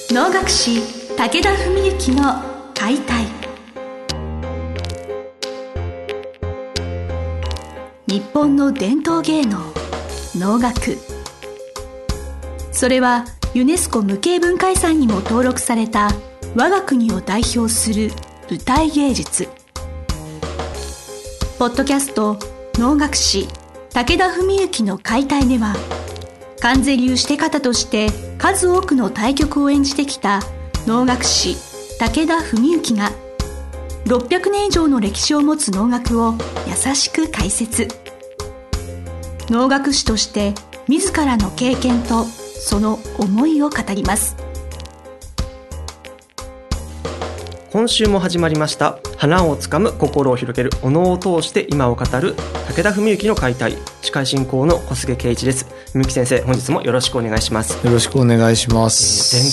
能楽師武田文幸の解体。日本の伝統芸能能楽、それはユネスコ無形文化遺産にも登録された我が国を代表する舞台芸術。ポッドキャスト能楽師武田文幸の解体では、観世流して方として数多くの大曲を演じてきた能楽師武田文幸が600年以上の歴史を持つ能楽を優しく解説。能楽師として自らの経験とその思いを語ります。 今週も始まりました花をつかむ心を広げるお能を通して今を語る武田文幸の解体。司会進行の小菅圭一です。文幸先生、本日もよろしくお願いします。 よろしくお願いします。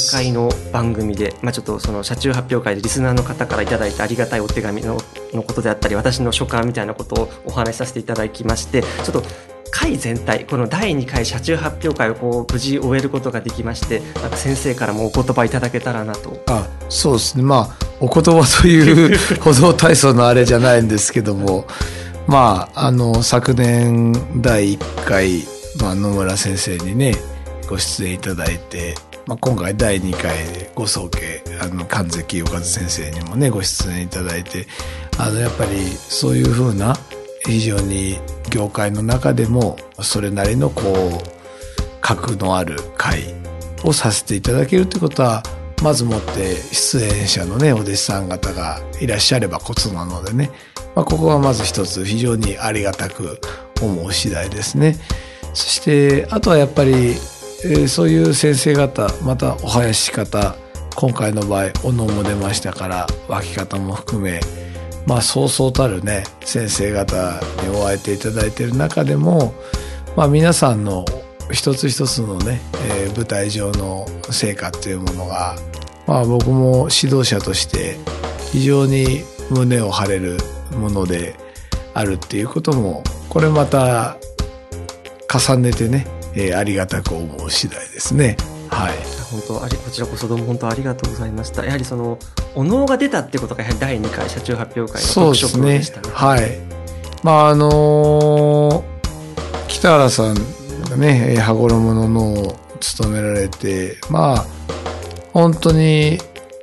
前回の番組で、ちょっとその車中発表会でリスナーの方からいただいたありがたいお手紙のことであったり、私の所感みたいなことをお話しさせていただきまして、ちょっと会全体、この第2回車中発表会を無事終えることができまして、先生からもお言葉いただけたらなと。 そうですね、お言葉というほど大層のあれじゃないんですけども昨年第1回、野村先生にねご出演いただいて、今回第2回でご宗家神関清和先生にもねご出演いただいて、やっぱりそういうふうな非常に業界の中でもそれなりの格のある会をさせていただけるということは、まずもって出演者のねお弟子さん方がいらっしゃればこそなのでね、ここはまず一つ非常にありがたく思う次第ですね。そしてあとはやっぱり、そういう先生方、またお囃子方、今回の場合お能も出ましたから脇方も含め、そうそうたるね先生方にお会いていただいている中でも、皆さんの一つ一つのね、舞台上の成果っていうものが、僕も指導者として非常に胸を張れるものであるっていうことも、これまた重ねてね、ありがたく思う次第ですね。はい。 本当こちらこそどうも本当ありがとうございました。やはりそのお能が出たっていうことがやはり第2回車中発表会の特色でしたね。 はい。北原さんがね羽衣の能を務められて、本当に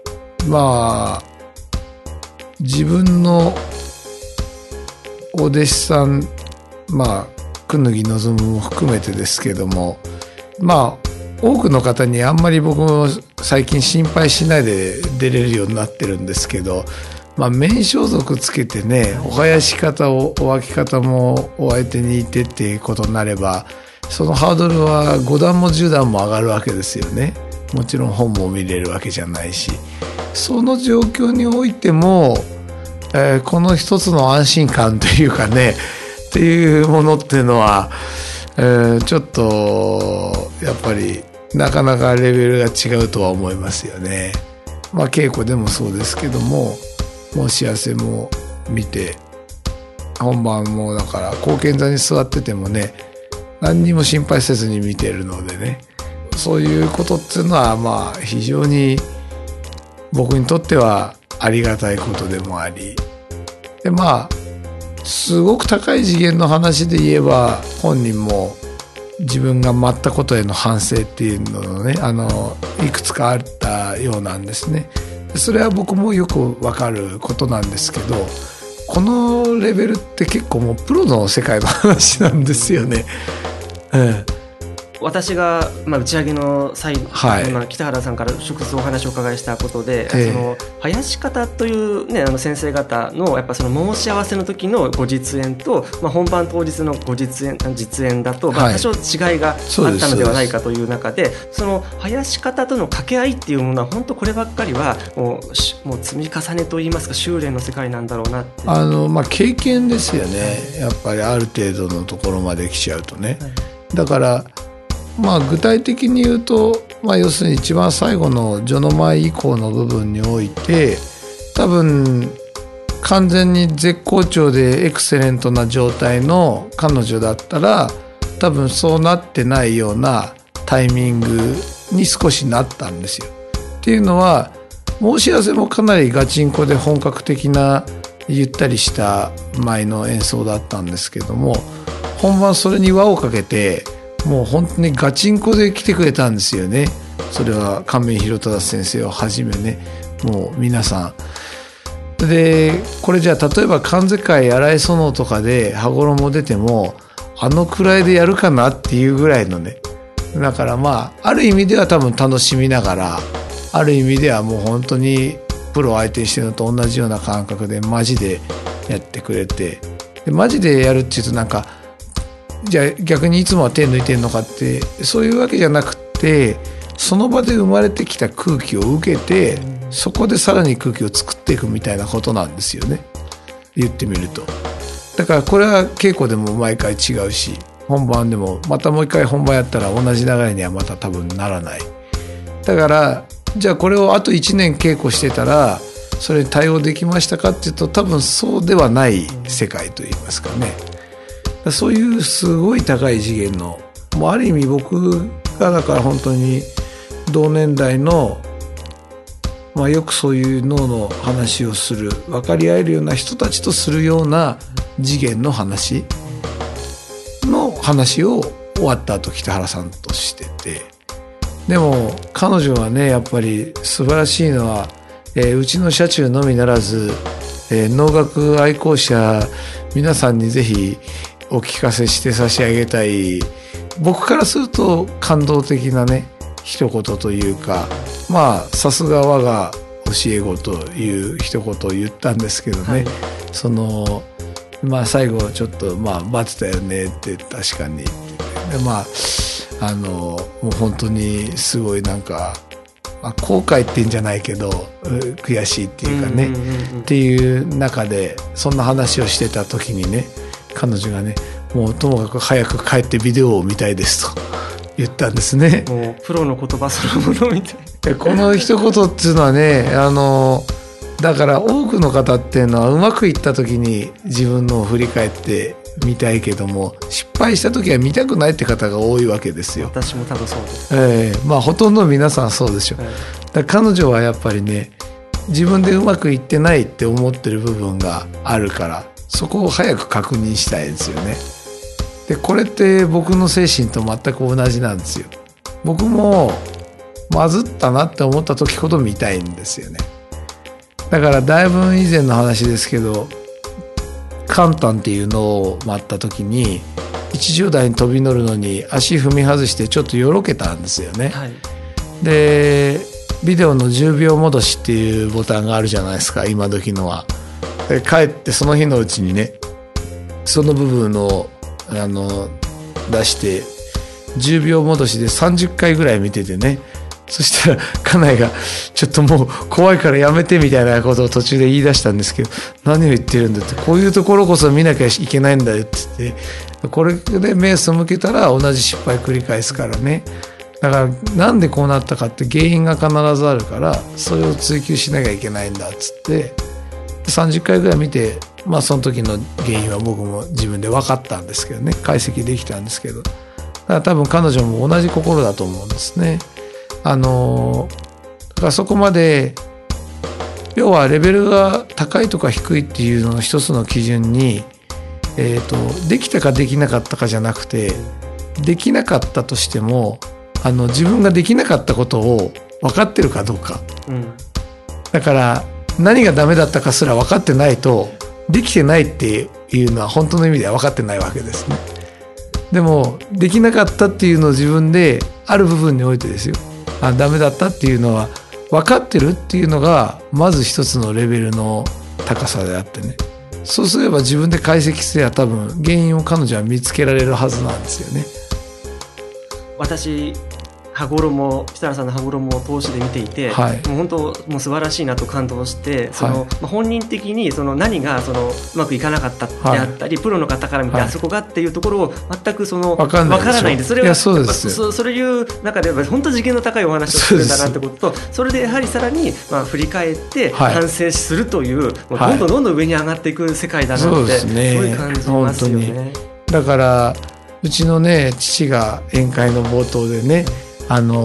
自分のお弟子さん、久木望も含めてですけども、多くの方にあんまり僕も最近心配しないで出れるようになってるんですけど、面装束つけてねお囃子方をお脇方もお相手にいてっていうことになれば、そのハードルは5段も10段も上がるわけですよね。もちろん本も見れるわけじゃないし、その状況においても、この一つの安心感というかねっていうものっていうのは、ちょっとやっぱりなかなかレベルが違うとは思いますよね。稽古でもそうですけども、もう幸せも見て、本番もだから後見座に座っててもね何にも心配せずに見てるのでね、そういうことっていうのは非常に僕にとってはありがたいことでもあり、ですごく高い次元の話で言えば、本人も自分が舞ったことへの反省っていうののねいくつかあったようなんですね。それは僕もよくわかることなんですけど、このレベルって結構もうプロの世界の話なんですよね。 私が、打ち上げの際、北原さんから直接お話をお伺いしたことで、その囃子方という、先生方のやっぱその申し合わせの時のご実演と、本番当日の実演だと、多少違いがあったのではないかという中で、その囃子方との掛け合いっていうものは本当こればっかりはもう積み重ねといいますか修練の世界なんだろうなって。 経験ですよね。やっぱりある程度のところまで来ちゃうとね、だから具体的に言うと、要するに一番最後の序の舞以降の部分において、多分完全に絶好調でエクセレントな状態の彼女だったら、多分そうなってないようなタイミングに少しなったんですよ。 っていうのは申し合わせもかなりガチンコで本格的なゆったりした舞の演奏だったんですけども、本番それに輪をかけてもう本当にガチンコで来てくれたんですよね。それは亀井宏忠先生をはじめね、もう皆さんで、これじゃあ例えば関西会荒井園とかで羽衣出てもあのくらいでやるかなっていうぐらいのね、だからまあある意味では多分楽しみながら、ある意味ではもう本当にプロ相手にしてるのと同じような感覚でマジでやってくれて、でマジでやるっていうとなんかじゃあ逆にいつもは手抜いてんのかってそういうわけじゃなくて、その場で生まれてきた空気を受けてそこでさらに空気を作っていくみたいなことなんですよね、言ってみると。だからこれは稽古でも毎回違うし、本番でもまたもう一回本番やったら同じ流れにはまた多分ならない。だからじゃあこれをあと1年稽古してたらそれに対応できましたかっていうと多分そうではない世界といいますかね。そういうすごい高い次元の、もうある意味僕がだから本当に同年代の、まあ、よくそういう脳の話をする、分かり合えるような人たちとするような次元の話を終わった後北原さんとしてて、でも彼女はねやっぱり素晴らしいのは、うちの社中のみならず、能楽愛好者皆さんにぜひお聞かせして差し上げたい、僕からすると感動的なね一言というか、まあさすが我が教え子という一言を言ったんですけどね、はい、そのまあ最後ちょっとまあ待ってたよねって確かに言ってて、でまあもう本当にすごいなんか、まあ、後悔って言うんじゃないけど悔しいっていうかね、っていう中でそんな話をしてた時にね、彼女がねもうともかく早く帰ってビデオを見たいですと言ったんですね。 もうプロの言葉そのものみたいなこの一言っていうのはね、だから多くの方っていうのはうまくいった時に自分のを振り返って見たいけども、失敗した時は見たくないって方が多いわけですよ。 私も多分そうです。 まあほとんど皆さんそうでしょう、だから彼女はやっぱりね自分でうまくいってないって思ってる部分があるから、そこを早く確認したいですよね。でこれって僕の精神と全く同じなんですよ。僕もまずったなって思った時ほど見たいんですよね。だからだいぶ以前の話ですけど、カンタンっていうのを待った時に一乗台に飛び乗るのに足踏み外してちょっとよろけたんですよね、はい、でビデオの10秒戻しっていうボタンがあるじゃないですか今時のは。で帰ってその日のうちにねその部分を出して10秒戻しで30回ぐらい見ててね、そしたら家内がちょっともう怖いからやめてみたいなことを途中で言い出したんですけど、何を言ってるんだって、こういうところこそ見なきゃいけないんだよって言って、これで目背けたら同じ失敗繰り返すからね。だからなんでこうなったかって原因が必ずあるから、それを追求しなきゃいけないんだっつって30回ぐらい見て、まあその時の原因は僕も自分で分かったんですけどね、解析できたんですけど、だから多分彼女も同じ心だと思うんですね。だからそこまで要はレベルが高いとか低いっていうのの一つの基準に、できたかできなかったかじゃなくて、できなかったとしても自分ができなかったことを分かってるかどうか、だから何がダメだったかすら分かってないとできてないっていうのは本当の意味では分かってないわけですね。でもできなかったっていうのを自分である部分においてですよ、ダメだったっていうのは分かってるっていうのがまず一つのレベルの高さであってね、そうすれば自分で解析すれば多分原因を彼女は見つけられるはずなんですよね。 私羽衣、北原さんの羽衣を通しで見ていて、はい、もう本当もう素晴らしいなと感動して、本人的に何がうまくいかなかったであったり、プロの方から見てあそこがっていうところを全く分からないんで、それはそういう中で本当次元の高いお話をするんだなってことと、それでやはりさらに振り返って反省するという、どんどんどんどん上に上がっていく世界だなってすごい感じますよね。だからうちのね父が宴会の冒頭でね、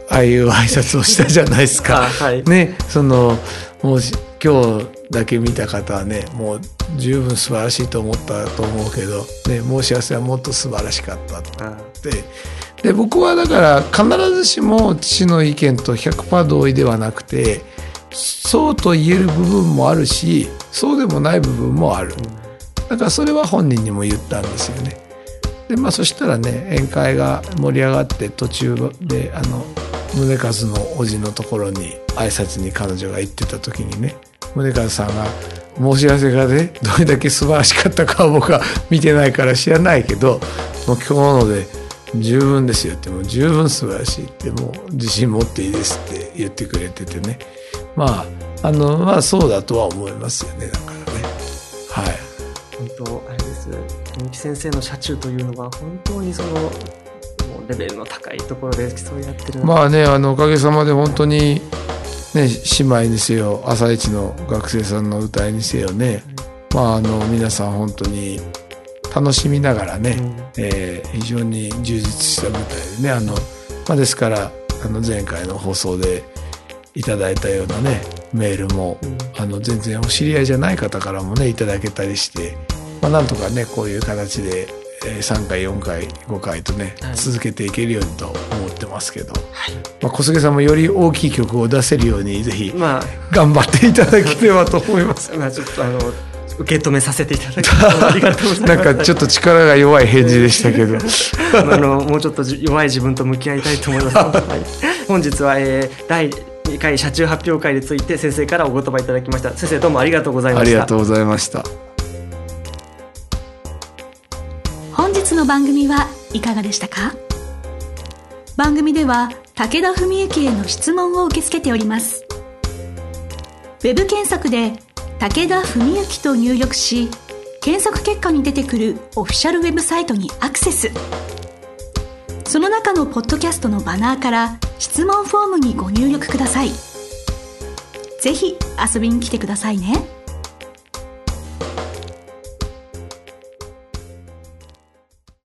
ああいう挨拶をしたじゃないですか。 はい、 ね、もう今日だけ見た方はね、もう十分素晴らしいと思ったと思うけど、ね、申し合わせはもっと素晴らしかったってで僕はだから必ずしも父の意見と 100% 同意ではなくて、そうと言える部分もあるし、そうでもない部分もある。だからそれは本人にも言ったんですよね。でそしたらね、宴会が盛り上がって途中で宗和の叔父のところに挨拶に彼女が行ってた時にね、宗和さんが申し合わせがねどれだけ素晴らしかったかは僕は見てないから知らないけど、もう今日ので十分ですよって、もう十分素晴らしいって、もう自信持っていいですって言ってくれててね、そうだとは思いますよね。だからね、はい、 本当あれです、みゆき先生の車中というのは本当にもうレベルの高いところで競い合ってる。 おかげさまで本当にね、姉妹にせよ朝一の学生さんの歌いにせよね、皆さん本当に楽しみながらね、非常に充実した舞台でね、ですから前回の放送でいただいたようなねメールも、全然お知り合いじゃない方からもねいただけたりして、なんとかねこういう形で3回4回5回とね、続けていけるようにと思ってますけど、小菅さんもより大きい曲を出せるようにぜひ頑張っていただければと思います。 ちょっと受け止めさせていただきありがとうございます。 なんかちょっと力が弱い返事でしたけどもうちょっと弱い自分と向き合いたいと思います、本日は、第2回車中発表会について先生からお言葉いただきました。先生どうもありがとうございました。 ありがとうございました。 本日の番組はいかがでしたか？番組では武田文幸への質問を受け付けております。ウェブ検索で武田文幸と入力し、検索結果に出てくるオフィシャルウェブサイトにアクセス。その中のポッドキャストのバナーから質問フォームにご入力ください。ぜひ遊びに来てくださいね。